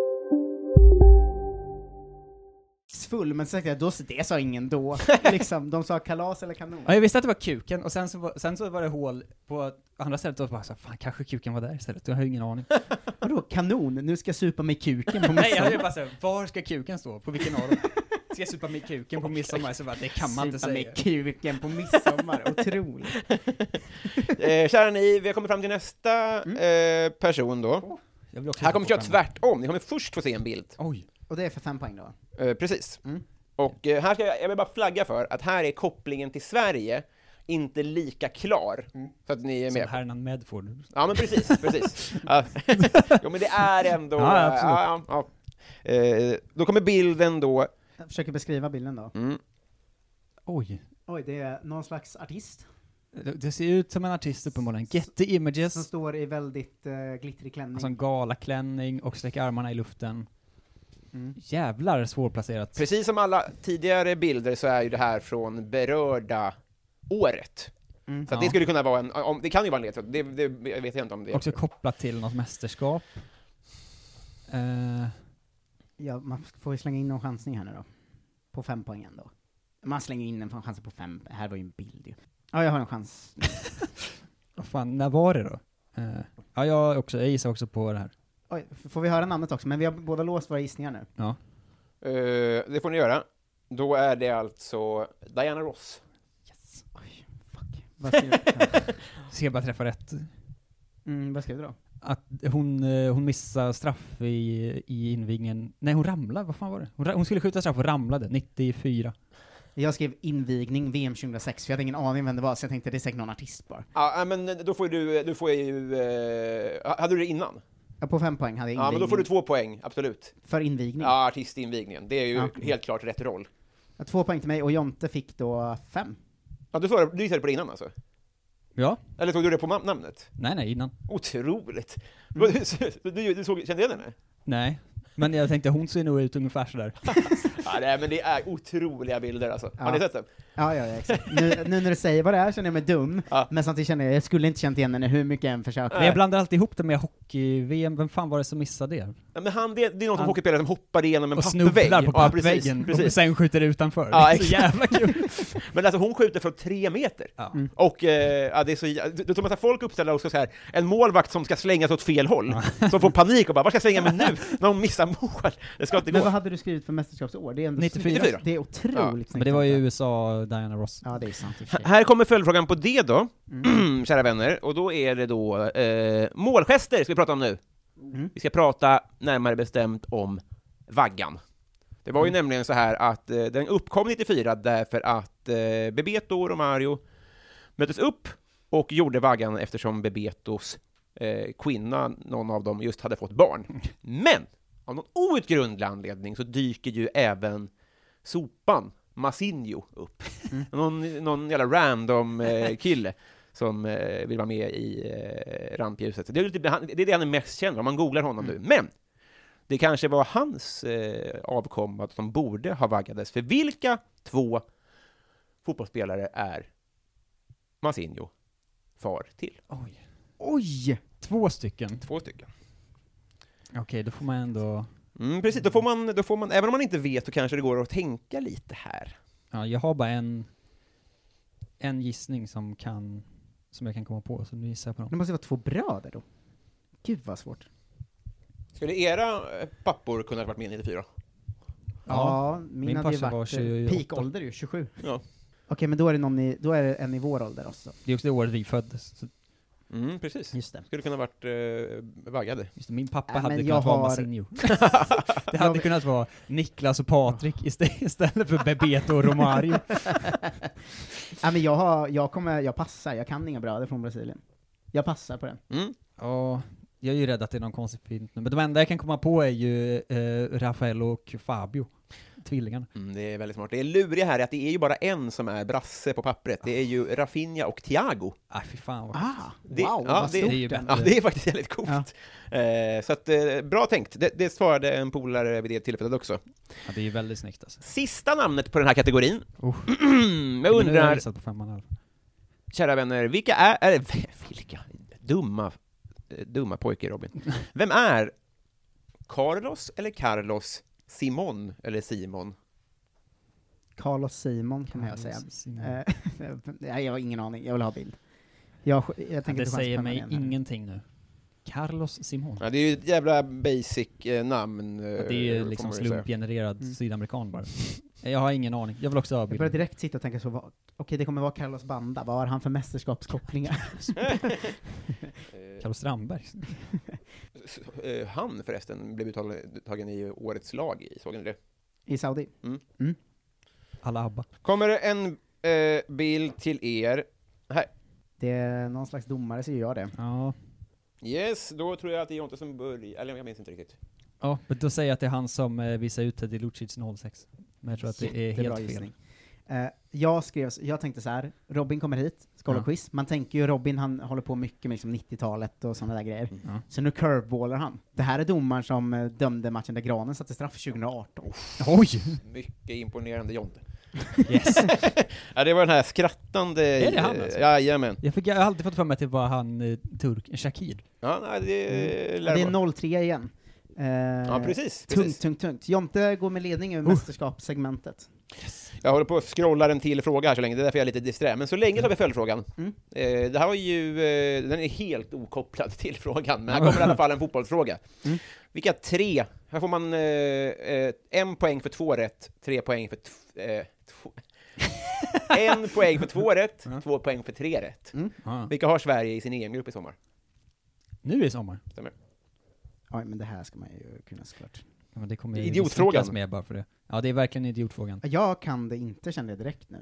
Full, men det sa ingen då. Liksom, de sa kalas eller kanon. Ja, jag visste att det var kuken, och sen så var det hål på andra stället, och bara så fan, kanske kuken var där istället. Jag har ingen aning. Vadå kanon? Nu ska jag supa med kuken på midsommar. Nej, jag hade bara så här, var ska kuken stå? På vilken av dem? Ska jag supa med kuken på midsommar? Så bara, det kan man inte säga. Supa med kuken på midsommar, otroligt. Kära ni, vi har kommit fram till nästa person då. Här kommer jag köra tvärtom. Ni kommer först få se en bild. Oj. Och det är för 5 poäng då? Precis. Och här ska jag vill bara flagga för att här är kopplingen till Sverige inte lika klar. Så att ni är med. Som Hernan Medford. Ja, men precis. Ja. Jo, men det är ändå... Ja. Då kommer bilden då... Jag försöker beskriva bilden då. Oj, det är någon slags artist. Det ser ut som en artist uppenbarligen. Get the images. Som står i väldigt glittrig klänning. Alltså en galaklänning och sträcker armarna i luften. Jävlar svårplacerat. Precis som alla tidigare bilder så är ju det här från berörda året. Så att det skulle kunna vara det kan ju vara en ledtråd. Det jag vet inte om det är. Också kopplat till något mästerskap. Ja, man får ju slänga in någon chansning här nu då. På 5 poäng ändå. Man slänger in en chans på 5. Här var ju en bild ju. Ja, jag har en chans. Vad fan, när var det då? Ja, jag gissar också på det här. Oj, får vi höra namnet också? Men vi har båda låst våra gissningar nu. Ja. Det får ni göra. Då är det alltså Diana Ross. Yes. Oj, fuck. Vad skrev du? Seba träffar rätt. Vad skrev du då? Att hon missade straff i invigningen. Nej, hon ramlade. Vad fan var det? Hon skulle skjuta straff och ramlade. 94. Jag skrev invigning VM 2006, för jag hade ingen aning vem det var, så jag tänkte det är säkert någon artist bara. Ja, men då får du får ju... hade du det innan? Ja, på 5 poäng hade jag invigning. Ja, men då får du 2 poäng, absolut. För invigning? Ja, artistinvigningen. Det är ju helt klart rätt roll. Ja, 2 poäng till mig, och Jonte fick då 5. Ja, du gissade på det innan alltså? Ja. Eller tog du det på namnet? Nej, innan. Otroligt. Du kände igen henne? Nej, men jag tänkte hon ser nog ut ungefär sådär. Ja, men det är otroliga bilder alltså. Har ni sett dem? Ja, exakt. Nu när du säger vad det är känner jag mig dum, men samtidigt känner jag skulle inte känt igen henne hur mycket jag än försöker. Men jag blandar alltid ihop det med hockey-VM. Vem fan var det som missade det? Ja, men det är någon som hockeyspelare som hoppar igenom en och pappvägg. snubblar på pappväggen precis. och sen skjuter utanför. Ja, det är så jävla kul. Men alltså hon skjuter från 3 meter. Och det är så... Du tror att folk uppställer också så här, en målvakt som ska slängas åt fel håll. Som får panik och bara, vad ska jag slänga mig nu? När hon missar mål. Det ska inte gå. Men vad hade du skrivit för mästerskapsår? Det är ändå 94. Det är otroligt. Men det var ju USA, Diana Ross. Ja, det är sant. Här kommer följdfrågan på det då, kära vänner. Och då är det då målgester ska vi prata om nu. Vi ska prata närmare bestämt om vaggan. Det var ju nämligen så här att den uppkom 94 därför att Bebeto och Romario möttes upp och gjorde vaggan eftersom Bebetos kvinna, någon av dem, just hade fått barn. Men av någon outgrundlig anledning så dyker ju även sopan Massinho upp. Någon jävla random kille som vill vara med i rampljuset. Det är det han är mest känd om man googlar honom nu. Men det kanske var hans avkomma som borde ha vaggades. För vilka 2 fotbollsspelare är Massinho far till? Oj! 2 stycken. 2 stycken. Okej, då får man ändå... Precis, då får man, även om man inte vet så kanske det går att tänka lite här. Ja, jag har bara en gissning som jag kan komma på, så nu gissar jag på dem. Det måste vara 2 bröder då. Gud vad svårt. Skulle era pappor kunna ha varit med i 94? Ja, min hade ju farsa varit peak-ålder ju, 27. Ja. Okej, men då är det en i vår ålder också. Det är också det året vi föddes. Så. Precis. Just det. Skulle kunna varit vaggade. Just det, min pappa hade kunnat vara Massinho. Det hade kunnat vara Niklas och Patrik istället för Bebeto och Romario. Ja, men jag passar. Jag kan inga bröder från Brasilien. Jag passar på den. Ja, jag är ju rädd att det är någon konstig film. Men de enda jag kan komma på är ju Rafael och Fabio. Tvillingarna. Det är väldigt smart. Det är luriga här att det är ju bara en som är brasse på pappret. Det är ju Rafinha och Thiago. Fy fan vad vad stort det är faktiskt väldigt coolt. Så att, bra tänkt. Det svarade en polare vid det tillfället också. Ja, det är ju väldigt snyggt alltså. Sista namnet på den här kategorin. Jag undrar, på 5,5. Kära vänner, vilka dumma pojkar, Robin. Vem är Carlos eller Carlos Simon eller Simon? Carlos Simon kan jag säga. Jag har ingen aning, jag vill ha bild. Jag tänker det säger mig ingenting nu. Carlos Simon. Ja, det är ju ett jävla basic namn. Det är ju liksom slumpgenererad sydamerikan bara. Jag har ingen aning. Jag vill också ha bild. Jag börjar direkt sitta och tänka så, okej, det kommer vara Carlos Banda. Vad har han för mästerskapskopplingar? Carlos Strandberg. Han förresten blev uttagen i årets lag i, såg ni det? I Saudi? Alla Abba. Kommer det en bild till er Det är någon slags domare, så gör det. Ja. Yes, då tror jag att det är Jonte som börjar. Eller jag minns inte riktigt. Ja, men då säger jag att det är han som visar ut till Lucic 06. Men jag tror att det är helt fel. Gissning. Jag tänkte så här: Robin kommer hit, ska hålla quiz. Man tänker ju Robin, han håller på mycket med liksom 90-talet och sådana där grejer. Så nu curveballar han. Det här är domaren som dömde matchen där Granen satte straff 2018. Oj! Mycket imponerande Jonte. Yes. Ja, det var den här skrattande... Är det han alltså? Jajamän. Jag har alltid fått för mig att det var han Shakir. Ja, nej, det är 0-3 igen. Ja, precis. Tungt. Jonte går med ledning över mästerskapssegmentet. Yes. Jag håller på att scrolla en till fråga här så länge, det är därför jag är lite disträ. Men så länge tar vi följdfrågan. Det här var ju, den är helt okopplad till frågan, men här kommer i alla fall en fotbollsfråga. Vilka 3, här får man 1 poäng för 2 rätt, 3 poäng för 1 poäng för 2 rätt, 2 poäng för 3 rätt. Vilka har Sverige i sin EM-grupp i sommar? Nu i sommar? Stämmer. Ja, men det här ska man ju kunna såklart. Ja, men det kommer idiotfrågan med bara för det. Ja, det är verkligen idiotfrågan. Jag kan det inte, känner jag direkt nu.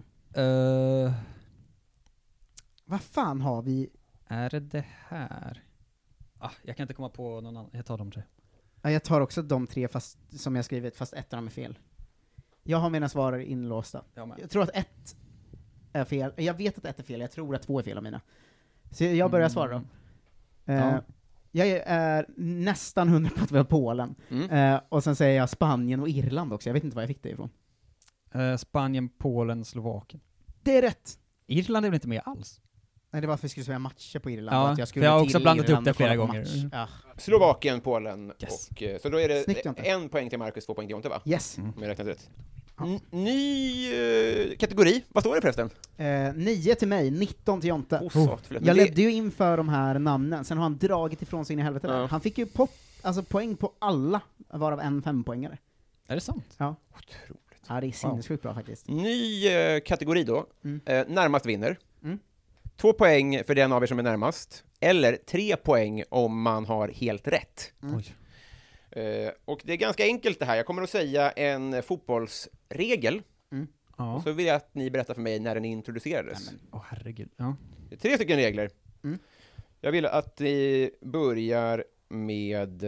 Vad fan har vi? Är det här? Jag kan inte komma på någon annan. Jag tar de 3. Ja, jag tar också de 3 fast, som jag skrivit, fast ett av dem är fel. Jag har mina svar inlåsta. Jag tror att 1 är fel. Jag vet att 1 är fel, jag tror att 2 är fel av mina. Så jag börjar svara då. Jag är nästan 100 på att vi har Polen. Och sen säger jag Spanien och Irland också. Jag vet inte var jag fick det ifrån. Spanien, Polen, Slovakien. Det är rätt! Irland är väl inte med alls? Nej, det var för att vi skulle säga matcher på Irland. Ja, att jag skulle för jag har också blandat Irland upp det flera gånger. Ja. Slovakien, Polen yes. Och så då är det Snyggt, 1 poäng till Marcus, 2 poäng till Jonte, va? Yes. Om jag räknat rätt. Ny kategori. Vad står det förresten? 9 till mig, 19 till Jonte. Jag ledde ju inför de här namnen, sen har han dragit ifrån sig in i helvete där. Han fick ju poäng på alla, varav en 5-poängare. Är det sant? Ja. Otroligt. Ja, det är sinnessjukt bra faktiskt. Ny kategori då. Närmast vinner. 2 poäng för den av er som är närmast. Eller 3 poäng om man har helt rätt. Och det är ganska enkelt det här. Jag kommer att säga en fotbollsregel. Och så vill jag att ni berättar för mig när den introducerades. Herregud. Ja. Det är 3 stycken regler. Jag vill att ni börjar med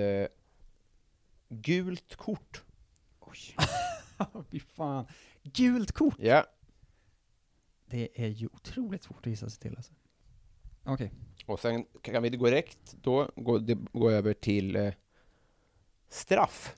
gult kort. Oj. Fy fan. Gult kort? Ja. Det är ju otroligt svårt att gissa sig till alltså. Okej. Och sen kan vi gå direkt då gå över till straff.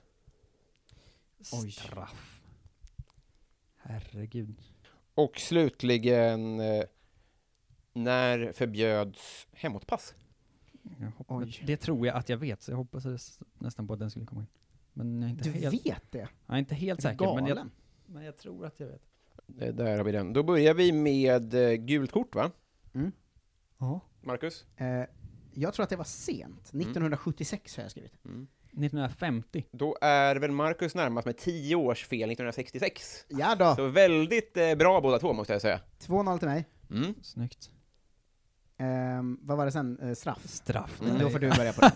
Straff. Herregud. Och slutligen när förbjöds hemåtpass? Det tror jag att jag vet, så jag hoppas nästan på att den skulle komma in. Men jag är inte vet det? Jag är inte helt säker, men jag tror att jag vet. Där har vi den. Då börjar vi med gult kort, va? Ja. Marcus? Jag tror att det var sent. 1976 har jag skrivit. 1950. Då är väl Marcus närmast med 10 års fel, 1966. Ja då. Så väldigt bra båda två, måste jag säga. 2-0 till mig. Snyggt. Vad var det sen? Straff. Då får du börja på det.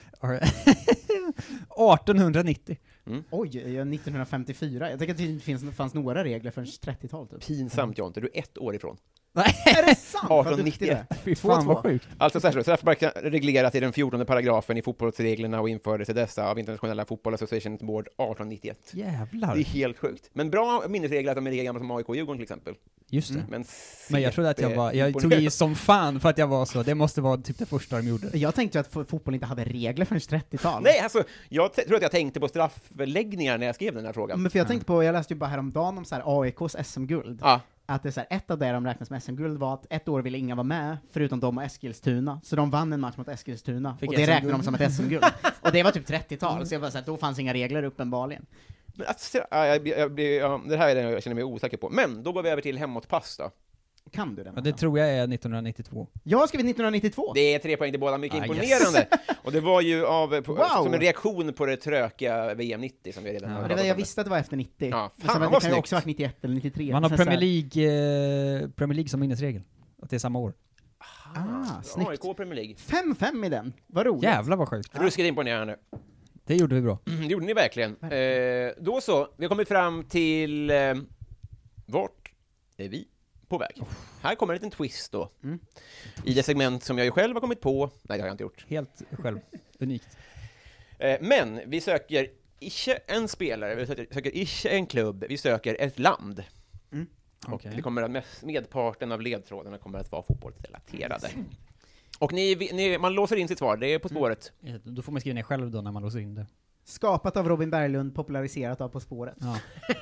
1890. Oj, 1954. Jag tänker att det inte fanns några regler förrän 30-tal typ. Pinsamt, Jonte. Du är 1 år ifrån. Är det sant? 1891. Fy fan vad sjukt. Alltså särskilt, straffspark reglerat i den 14:e paragrafen i fotbollsreglerna och infördes i dessa av Internationella Football Association Board 1891. Jävlar. Det är helt sjukt. Men bra minnesregler att de är lika gamla som AIK och Djurgården till exempel. Just det. Men jag trodde att jag tog i som fan för att jag var så. Det måste vara typ det första de gjorde. Jag tänkte att fotboll inte hade regler förrän 30-tal. Nej, alltså, jag tror att jag tänkte på straffläggningar när jag skrev den här frågan. Men för jag tänkte på, jag läste ju bara häromdagen om så här AIKs SM-guld. Ja. Att det är så här, ett av det de räknas med SM-guld var att ett år ville inga vara med, förutom de och Eskilstuna. Så de vann en match mot Eskilstuna. Och det räknade de som ett SM-guld. Och det var typ 30-tal, så jag bara så här, då fanns inga regler uppenbarligen. Men det här är det jag känner mig osäker på. Men då går vi över till hemåtpass då. Kan du den? Ja, det tror jag är 1992. Jag har skrivit 1992. Det är 3 poäng till båda, mycket imponerande. Yes. Och det var ju som en reaktion på det trökiga VM 90 som vi redan har jag visste att det var efter 90. Ja, fan, det kan ju också ha varit 91 eller 93. Man har Premier League som minnesregel. Att det är samma år. Snyggt. AIK Premier League. 5-5 i den. Vad roligt. Jävlar vad sjukt. Ruskigt imponerande. Det gjorde vi bra. Det gjorde ni verkligen. Då så, vi har kommit fram till vart är vi på väg. Här kommer en liten twist då. I det segment som jag ju själv har kommit på. Nej, det har jag inte gjort. Helt själv. Unikt. Men vi söker inte en spelare, vi söker inte en klubb, vi söker ett land. Och det kommer att medparten av ledtrådarna kommer att vara fotbollsrelaterade. Och man låser in sitt svar, det är På spåret. Då får man skriva ner själv då när man låser in det. Skapat av Robin Berglund, populariserat av På spåret. Ja.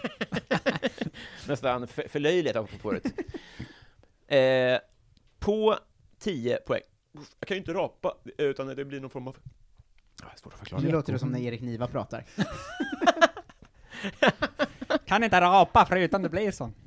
Nästan förlöjligt av På spåret. På 10 poäng. Jag kan ju inte rapa, utan det blir någon form av... svårt att förklara. Nu låter det som när Erik Niva pratar. Kan inte rapa förutom det blir så.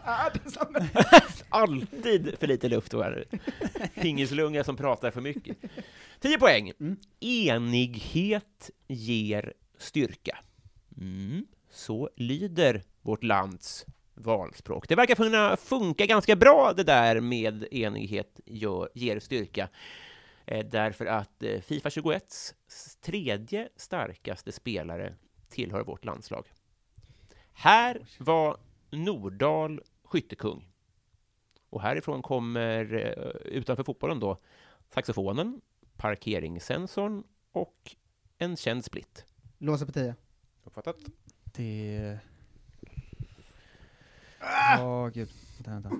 Alltid för lite luft och pingislunga som pratar för mycket. 10 poäng. Enighet ger styrka. Så lyder vårt lands valspråk. Det verkar funka ganska bra det där med enighet ger styrka. Därför att FIFA 21s tredje starkaste spelare tillhör vårt landslag. Här var Nordahl skyttekung. Och härifrån kommer, utanför fotbollen då, saxofonen, parkeringssensorn och en känd split. Låser på 10. Uppfattat? Det... gud. Vänta.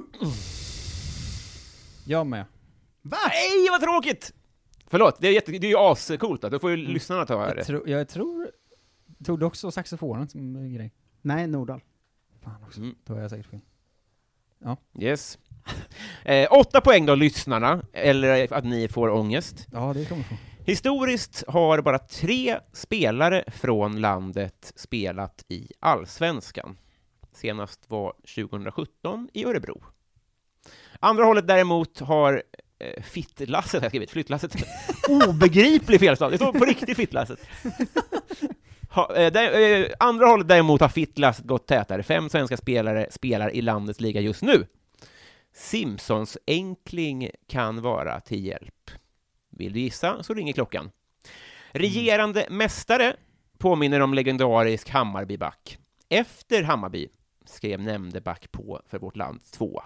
Jag med. Va? Nej, vad tråkigt! Förlåt, det är ju ascoolt. Då får ju lyssnarna ta här. Jag tror... Tog du också saxofonen som grej? Nej, Nordahl. Fan också. Då är jag säkert fel. Ja. Yes. 8 poäng då, lyssnarna. Eller att ni får ångest. Ja, det kommer få. Historiskt har bara 3 spelare från landet spelat i Allsvenskan. Senast var 2017 i Örebro. Andra hållet däremot har Fittlasset, har jag skrivit, flyttlasset. Obegriplig felstav. Det står på riktigt Fittlasset. Andra hållet däremot har Fittlasset gått tätare. 5 svenska spelare spelar i landets liga just nu. Simpsons enkling kan vara till hjälp. Vill du gissa så ringer klockan. Regerande mästare påminner om legendarisk Hammarbyback. Efter Hammarby skrev nämnde back på för vårt land 2.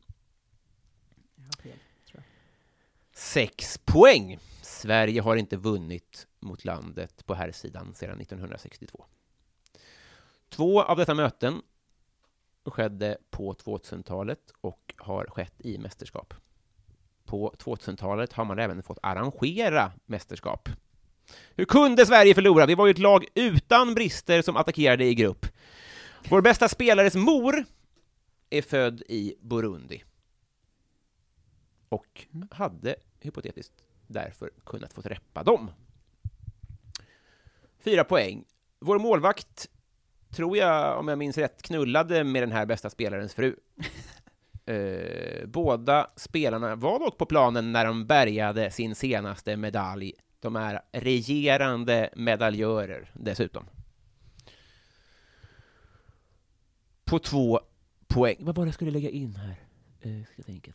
6 poäng. Sverige har inte vunnit mot landet på här sidan sedan 1962. 2 av dessa möten skedde på 2000-talet och har skett i mästerskap. På 2000-talet har man även fått arrangera mästerskap. Hur kunde Sverige förlora? Vi var ju ett lag utan brister som attackerade i grupp. Vår bästa spelares mor är född i Burundi. Och hade hypotetiskt därför kunnat få reppa dem. 4 poäng. Vår målvakt, tror jag, om jag minns rätt, knullade med den här bästa spelarens fru. Båda spelarna var dock på planen när de bärgade sin senaste medalj. De är regerande medaljörer dessutom. På 2 poäng. Vad var det jag skulle lägga in här? Ska tänka.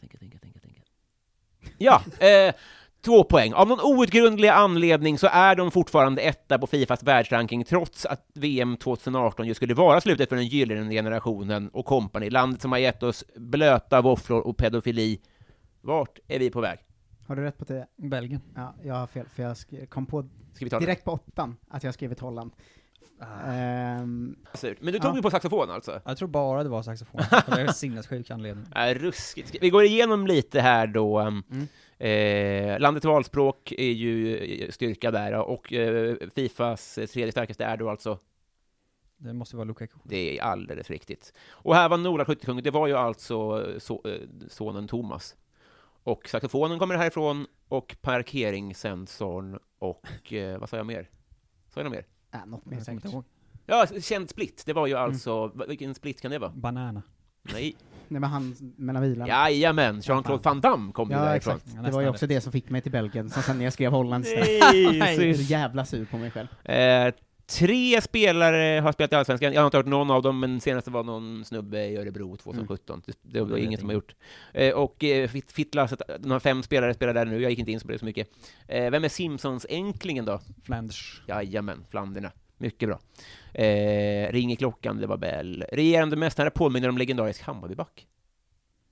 Ja, 2 poäng. Av någon outgrundlig anledning så är de fortfarande etta på Fifas världsranking trots att VM 2018 ju skulle vara slutet för den gyllene generationen och company. Landet som har gett oss blöta våfflor och pedofili. Vart är vi på väg? Har du rätt på 10? Belgien. Ja, jag har fel för jag kom på direkt på 8 att jag skrivit Holland. Men du tog ju på saxofon alltså? Jag tror bara det var saxofon. Det är en sinnessjuk anledning. Ruskigt. Vi går igenom lite här då. Landets valspråk är ju styrka där. Och Fifas tredje starkaste är då alltså? Det måste vara Lukaku. Det är alldeles riktigt. Och här var Nordahl skyttekung. Det var ju alltså sonen Thomas. Och saxofonen kommer härifrån. Och parkeringssensorn. Och vad sa jag mer? Sa jag något mer? Något mer säkert. Ja, känd split. Det var ju alltså... Vilken split kan det vara? Banana. Nej. Nej, men han mellan vilan. Jajamän, Jean-Claude Van Damme kom ju därifrån. Exakt. Det var ju också det som fick mig till Belgien. Som sen när jag skrev Holland. Nej, så jävla sur på mig själv. 3 spelare har spelat i Allsvenskan. Jag har inte hört någon av dem, men senaste var någon snubbe i Örebro 2017. Det var inget som har gjort. Och Fittlas, de har 5 spelare spelar där nu. Jag gick inte in på det så mycket. Vem är Simpsons enklingen då? Flanders. Jajamän, Flanderna. Mycket bra. Ring i klockan, det var Bell. Regerande mästare påminner om legendarisk Hammarbyback.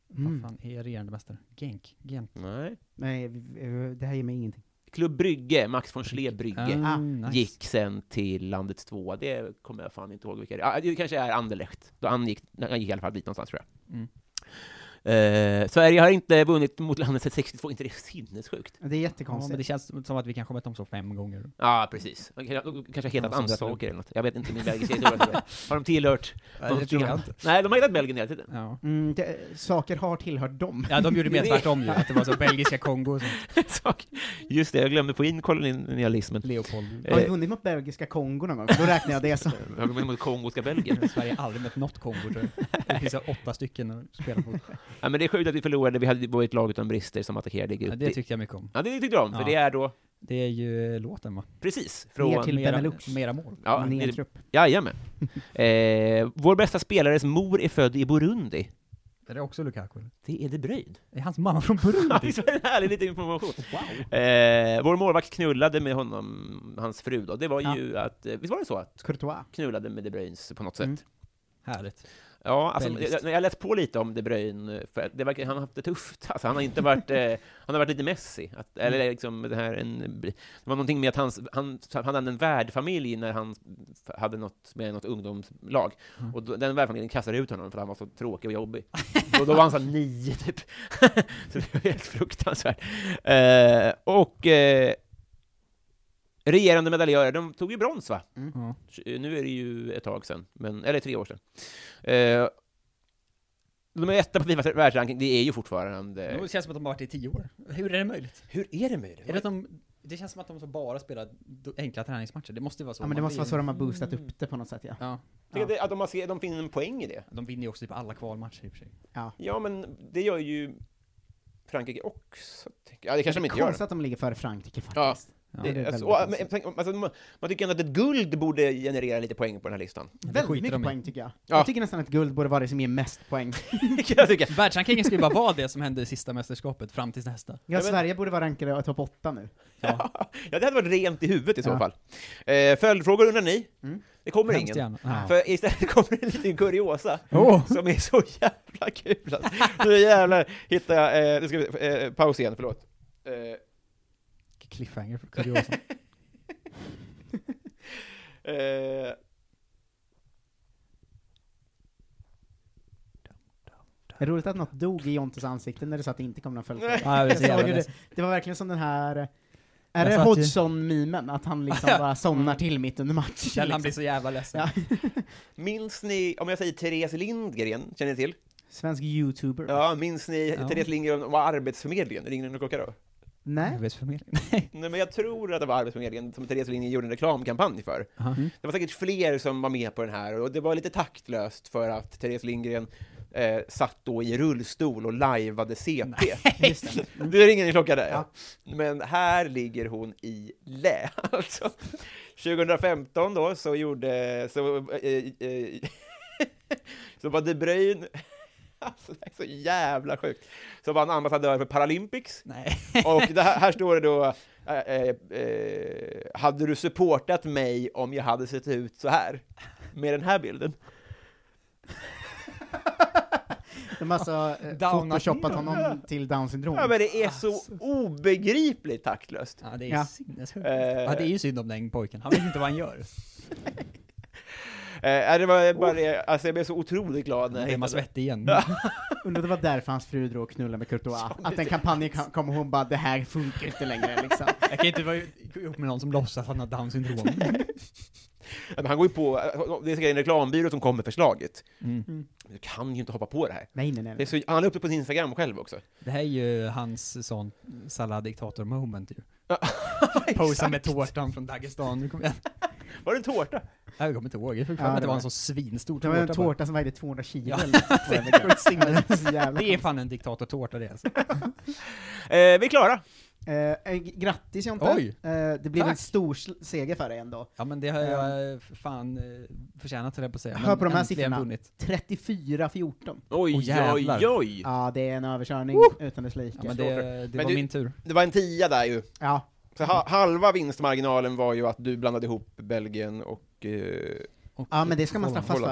Vad fan är regerande mästare? Gent. Nej, det här ger mig ingenting. Klubb Brygge, Max von Schlee Brygge, Nice. gick sen till landets 2. Det kommer jag fan inte ihåg vilka det är. Det kanske är Anderlecht. Han gick i alla fall dit någonstans, tror jag. Sverige har inte vunnit mot landet sedan 62. Inte det är sinnessjukt? Det är jättekonstigt. Ja, men det känns som att vi kanske mött dem så 5 gånger. Ja, precis. De kanske har hetat andra saker eller något. Jag vet inte min belgiska historia. Har de tillhört? Nej, det tror jag inte. Nej, de har hetat Belgien hela tiden. Ja. Saker har tillhört dem. Ja, de gjorde mer tvärtom ju. Att det var så belgiska Kongo och sånt. Just det, jag glömde få in kolonialismen. Leopold. Har vi vunnit mot belgiska Kongo någon gång? Då räknar jag det så. Har vi vunnit mot kongoska Belgien? Sverige har aldrig mött något Kongo, tror jag. Det finns 8 stycken att spela mot. Ja, men det är sjukt att vi förlorade. Vi hade ett lag utan brister som attackerade grupp. Ja, det tyckte jag mycket om. Ja, det tyckte jag om. För det är då... Det är ju låten, va? Precis. Ner till Benelux. Mera mål. Ja, ner trupp. Jajamän. Vår bästa spelares mor är född i Burundi. Det är också Lukaku. Det är De Bruyne. Det är hans mamma från Burundi. Det är en härlig liten information. Wow. Vår målvakt knullade med honom, hans fru då. Det var ju att... Visst var det så att Courtois knullade med De Bruyne på något sätt? Härligt. Ja, alltså, jag läst på lite om De Bruyne, för det verkar, han har haft det tufft. Alltså, han har inte varit, han har varit lite Messi. Eller liksom det här, det var någonting med att han hade en värdfamilj när han hade något ungdomslag. Och den värdfamiljen kastade ut honom för att han var så tråkig och jobbig. Och då var han så 9 typ. Så det var helt fruktansvärt. Regerande medaljörer, de tog ju brons, va? Nu är det ju ett tag sedan, eller 3 år sedan. De är etta på FIFAs världsranking, det är ju fortfarande... Det känns som att de har varit i 10 år. Hur är det möjligt? Hur är det möjligt? Är det, det känns som att de så bara spelar enkla träningsmatcher. Det måste vara så. Ja, men det måste vara så de har boostat upp det på något sätt, ja. Att de finner en poäng i det. De vinner ju också typ alla kvalmatcher i och för sig. Ja, men det gör ju Frankrike också. Ja, det kanske de inte gör. Det är konstigt att de ligger före Frankrike faktiskt. Man tycker ändå att ett guld borde generera lite poäng på den här listan. Väldigt mycket poäng tycker jag. Jag tycker nästan att guld borde vara det som ger mest poäng. Världsrankingen skulle bara vara det som hände i sista mästerskapet fram till nästa. Ja, Sverige borde vara rankade topp 8 nu. Ja, det hade varit rent i huvudet i så fall. Följdfrågor undrar ni? Det kommer hemskt ingen. För istället kommer en liten kuriosa som är så jävla kul. Så jävlar hittar jag... Nu ska vi paus igen, förlåt. Cliffhanger för kuriosa. Det är roligt att något dog i Jontes ansikte när det sa att det inte kom någon följdfråga. Det var verkligen som den här... Är det Hodgson-mimen? Att han liksom bara somnar till mitt under matchen. Liksom. Han blir så jävla ledsen. Minns ni, om jag säger Therese Lindgren, känner ni till? Svensk YouTuber. Ja, minns ni Therese Lindgren och Arbetsförmedlingen? Ringde någon klocka då? Nej. Arbetsförmedlingen? Nej, men jag tror att det var Arbetsförmedlingen som Therese Lindgren gjorde en reklamkampanj för. Det var säkert fler som var med på den här, och det var lite taktlöst för att Therese Lindgren satt då i rullstol och lajvade CP. Det ringer en klocka där. Ja. Men här ligger hon i lä. Alltså, 2015 då så var De Bruyne... Alltså, det är så jävla sjukt. Så var han ambassadör för Paralympics. Nej. Och här står det då... hade du supportat mig om jag hade sett ut så här? Med den här bilden. De har alltså photoshoppat honom till Down syndrom. Ja, men det är så obegripligt taktlöst. Ja, det är sinnessjukt. Det är ju synd om den pojken. Han vet inte vad han gör. Det var bara det, alltså jag blev så otroligt glad när jag hittade svettig igen. Undrar det var därför hans fru drog och knullade med Courtois. Att den kampanjen kom och hon bara, det här funkar inte längre liksom. Jag kan inte vara ihop med någon som låtsas att han har Down syndrom. Men han går ju på, det är säkert en reklambyrå som kom med förslaget. Du kan ju inte hoppa på det här. Nej. Det är så, han la upp det på sin Instagram själv också. Det här är ju hans sån Salah-diktator-moment ju. Posa med tårtan från Dagestan, nu kommer jag. Var det en tårta? Jag kommer inte ihåg, jag fick att det var en så svinstor tårta. Det var en tårta som vägde 200 kilo. Det är fan en diktator-tårta det alltså. Vi är klara. Grattis Jonte. Oj. Det blev en stor seger för dig ändå. Ja, men det har jag fan förtjänat till det på att säga. Hör på de här siffrorna. 34-14. Oj. Ja, det är en överkörning utan dess like. Ja, men det var min tur. Det var en 10 där ju. Ja. Så halva vinstmarginalen var ju att du blandade ihop Belgien och ja, men det ska man straffas för.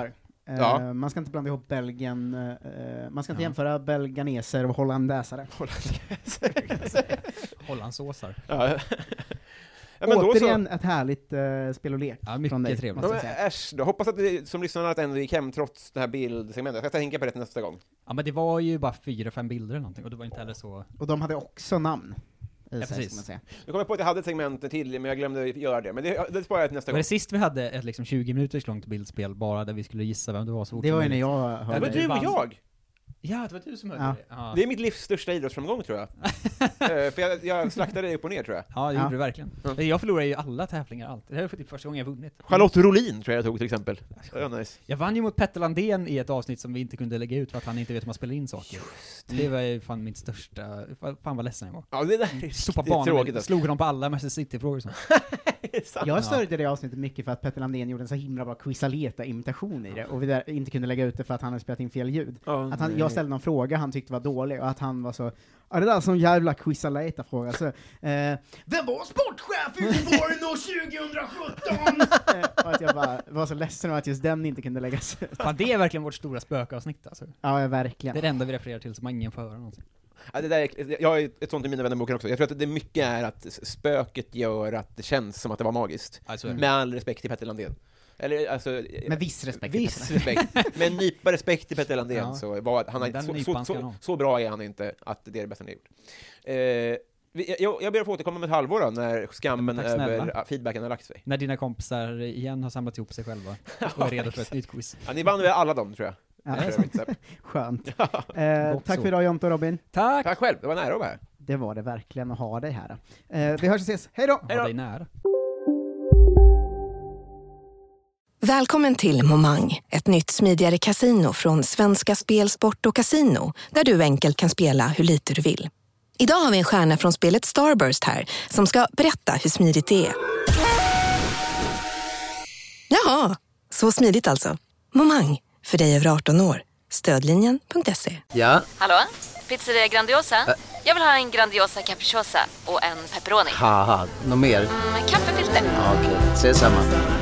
Man ska inte blanda ihop Belgien, man ska inte jämföra belganeser och hollandäsare. Hollandsåsar. Ja. Ja, men återigen då så... ett härligt spel och lek. Ja, mycket trevligt. Äsch, då hoppas att det, som lyssnarna att ändå gick hem trots det här bildsegmentet. Jag ska tänka på det nästa gång. Ja, men det var ju bara 4-5 bilder eller någonting, och det var inte heller så... Och de hade också namn. Ja, precis. Jag kommer på att jag hade ett segment till, men jag glömde göra det. Men det sparar jag till nästa gång. Var det sist vi hade ett liksom 20 minuters långt bildspel bara där vi skulle gissa vem det var? Så det var ju när jag hörde det. Det var du och jag! Ja, det var du som hörde det. Ja. Det är mitt livs största idrottsframgång, tror jag. För jag slaktade det upp och ner, tror jag. Ja, det gjorde du verkligen. Jag förlorade ju alla tävlingar, allt. Det här var typ första gången jag vunnit. Charlotte Rolin tror jag tog till exempel. Ja, nice. Jag vann ju mot Petter Landén i ett avsnitt som vi inte kunde lägga ut för att han inte vet hur man spelar in saker. Det var ju fan mitt största... Fan vad ledsen jag var. Ja, det där är sopa banan, slog honom på alla Manchester City-frågor. Jag störde det avsnittet mycket för att Petter Landén gjorde en så himla bra Quisaleta-imitation i det, och vi där inte kunde lägga ut det för att han hade spelat in fel ljud. Jag ställde någon fråga han tyckte var dålig, och att han var så, det där som jävla Quisaleta-fråga. Så, vem var sportchef i Göteborg 2017? Och att jag bara var så ledsen av att just den inte kunde läggas ut. Fan, det är verkligen vårt stora spökavsnitt alltså. Ja, verkligen. Det är det enda vi refererar till som ingen får höra någonsin. Ja, det där är, jag har ett sånt i mina vännerboken också. Jag tror att det mycket är att spöket gör att det känns som att det var magiskt. Alltså, med all respekt till Petter Landén. Eller, alltså, med viss respekt. Med en nypa respekt till Petter Landén, så var han så bra är han inte att det är det bästa han har gjort. Jag ber att få återkomma med ett halvår då, när skammen över feedbacken har lagt sig. När dina kompisar igen har samlat ihop sig själva och är redo för ett nytt quiz. Ja, ni vann väl alla dem, tror jag. Skönt. Tack för idag, Jonte och Robin. Tack själv, det var nära att vara här. Det var det verkligen att ha dig här. Vi hörs och ses. Hej då! Ha dig nära. Välkommen till Momang, ett nytt smidigare casino från Svenska Spel, Sport och Casino, där du enkelt kan spela hur lite du vill. Idag har vi en stjärna från spelet Starburst här, som ska berätta hur smidigt det är. Jaha, så smidigt alltså. Momang, för dig över 18 år. Stödlinjen.se. Ja? Hallå? Pizzeria Grandiosa? Jag vill ha en Grandiosa capriciosa och en pepperoni. Haha, något mer? Kaffefilter. Ja, okej, ses samma.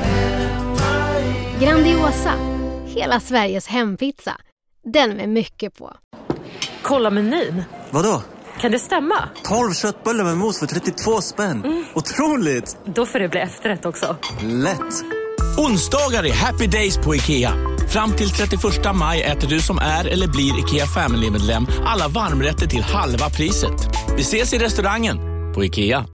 Grandiosa, hela Sveriges hempizza. Den med mycket på. Kolla menyn. Vadå? Kan det stämma? 12 köttbullar med mos för 32 spänn. Otroligt! Då får det bli efterrätt också. Lätt! Onsdagar är happy days på IKEA. Fram till 31 maj äter du som är eller blir IKEA Family-medlem alla varmrätter till halva priset. Vi ses i restaurangen på IKEA.